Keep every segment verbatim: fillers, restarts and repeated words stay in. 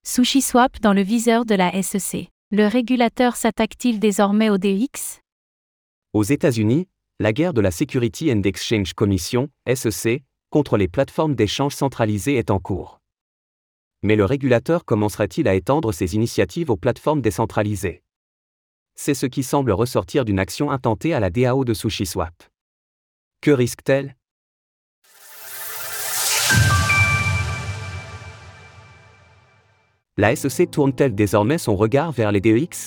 SushiSwap dans le viseur de la S E C. Le régulateur s'attaque-t-il désormais au D E X ? Aux États-Unis, la guerre de la Security and Exchange Commission, S E C, contre les plateformes d'échange centralisées est en cours. Mais le régulateur commencerait-il à étendre ses initiatives aux plateformes décentralisées ? C'est ce qui semble ressortir d'une action intentée à la D A O de SushiSwap. Que risque-t-elle ? La S E C tourne-t-elle désormais son regard vers les D E X ?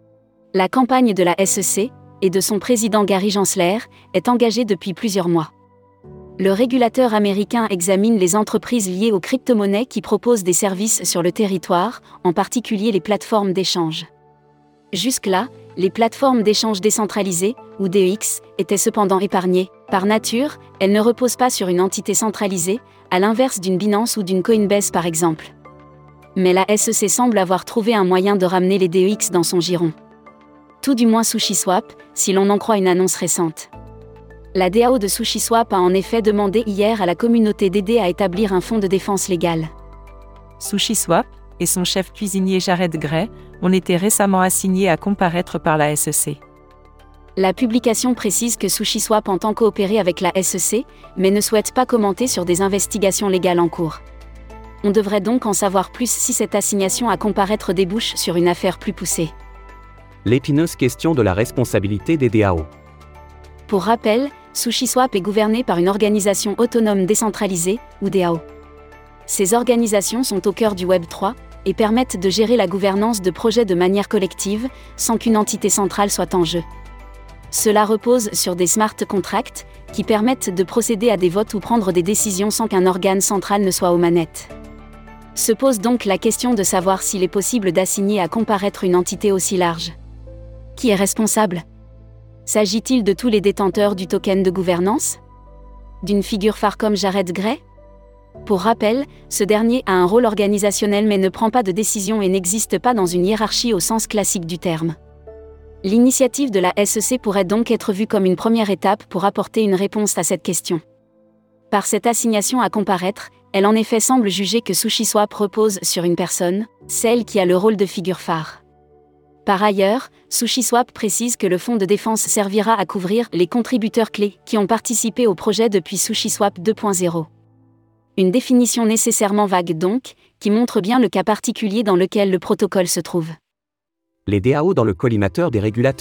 La campagne de la S E C, et de son président Gary Gensler, est engagée depuis plusieurs mois. Le régulateur américain examine les entreprises liées aux crypto-monnaies qui proposent des services sur le territoire, en particulier les plateformes d'échange. Jusque-là, les plateformes d'échange décentralisées, ou D E X, étaient cependant épargnées. Par nature, elles ne reposent pas sur une entité centralisée, à l'inverse d'une Binance ou d'une Coinbase par exemple. Mais la S E C semble avoir trouvé un moyen de ramener les D E X dans son giron. Tout du moins SushiSwap, si l'on en croit une annonce récente. La D A O de SushiSwap a en effet demandé hier à la communauté d'aider à établir un fonds de défense légale. SushiSwap et son chef cuisinier Jared Gray ont été récemment assignés à comparaître par la S E C. La publication précise que SushiSwap entend coopérer avec la S E C, mais ne souhaite pas commenter sur des investigations légales en cours. On devrait donc en savoir plus si cette assignation à comparaître débouche sur une affaire plus poussée. L'épineuse question de la responsabilité des D A O. Pour rappel, SushiSwap est gouverné par une organisation autonome décentralisée, ou D A O. Ces organisations sont au cœur du Web trois et permettent de gérer la gouvernance de projets de manière collective, sans qu'une entité centrale soit en jeu. Cela repose sur des smart contracts, qui permettent de procéder à des votes ou prendre des décisions sans qu'un organe central ne soit aux manettes. Se pose donc la question de savoir s'il est possible d'assigner à comparaître une entité aussi large. Qui est responsable ? S'agit-il de tous les détenteurs du token de gouvernance ? D'une figure phare comme Jared Gray ? Pour rappel, ce dernier a un rôle organisationnel mais ne prend pas de décision et n'existe pas dans une hiérarchie au sens classique du terme. L'initiative de la S E C pourrait donc être vue comme une première étape pour apporter une réponse à cette question. Par cette assignation à comparaître, elle en effet semble juger que SushiSwap repose sur une personne, celle qui a le rôle de figure phare. Par ailleurs, SushiSwap précise que le fonds de défense servira à couvrir les contributeurs clés qui ont participé au projet depuis SushiSwap deux point zéro. Une définition nécessairement vague donc, qui montre bien le cas particulier dans lequel le protocole se trouve. Les D A O dans le collimateur des régulateurs ?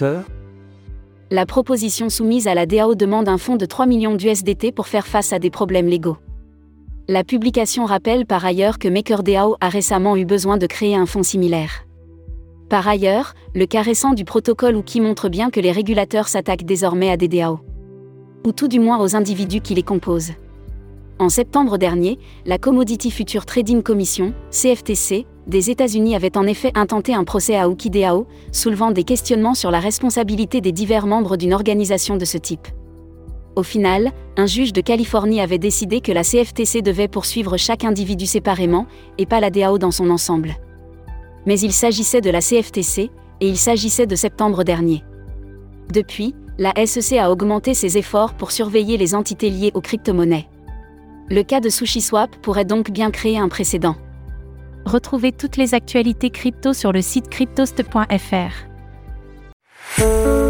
La proposition soumise à la D A O demande un fonds de trois millions d'U S D T pour faire face à des problèmes légaux. La publication rappelle par ailleurs que MakerDAO a récemment eu besoin de créer un fonds similaire. Par ailleurs, le cas récent du protocole Ooki montre bien que les régulateurs s'attaquent désormais à des D A O. Ou tout du moins aux individus qui les composent. En septembre dernier, la Commodity Futures Trading Commission, C F T C, des États-Unis avait en effet intenté un procès à Ooki D A O, soulevant des questionnements sur la responsabilité des divers membres d'une organisation de ce type. Au final, un juge de Californie avait décidé que la C F T C devait poursuivre chaque individu séparément, et pas la D A O dans son ensemble. Mais il s'agissait de la C F T C, et il s'agissait de septembre dernier. Depuis, la S E C a augmenté ses efforts pour surveiller les entités liées aux crypto-monnaies. Le cas de SushiSwap pourrait donc bien créer un précédent. Retrouvez toutes les actualités crypto sur le site cryptost point f r.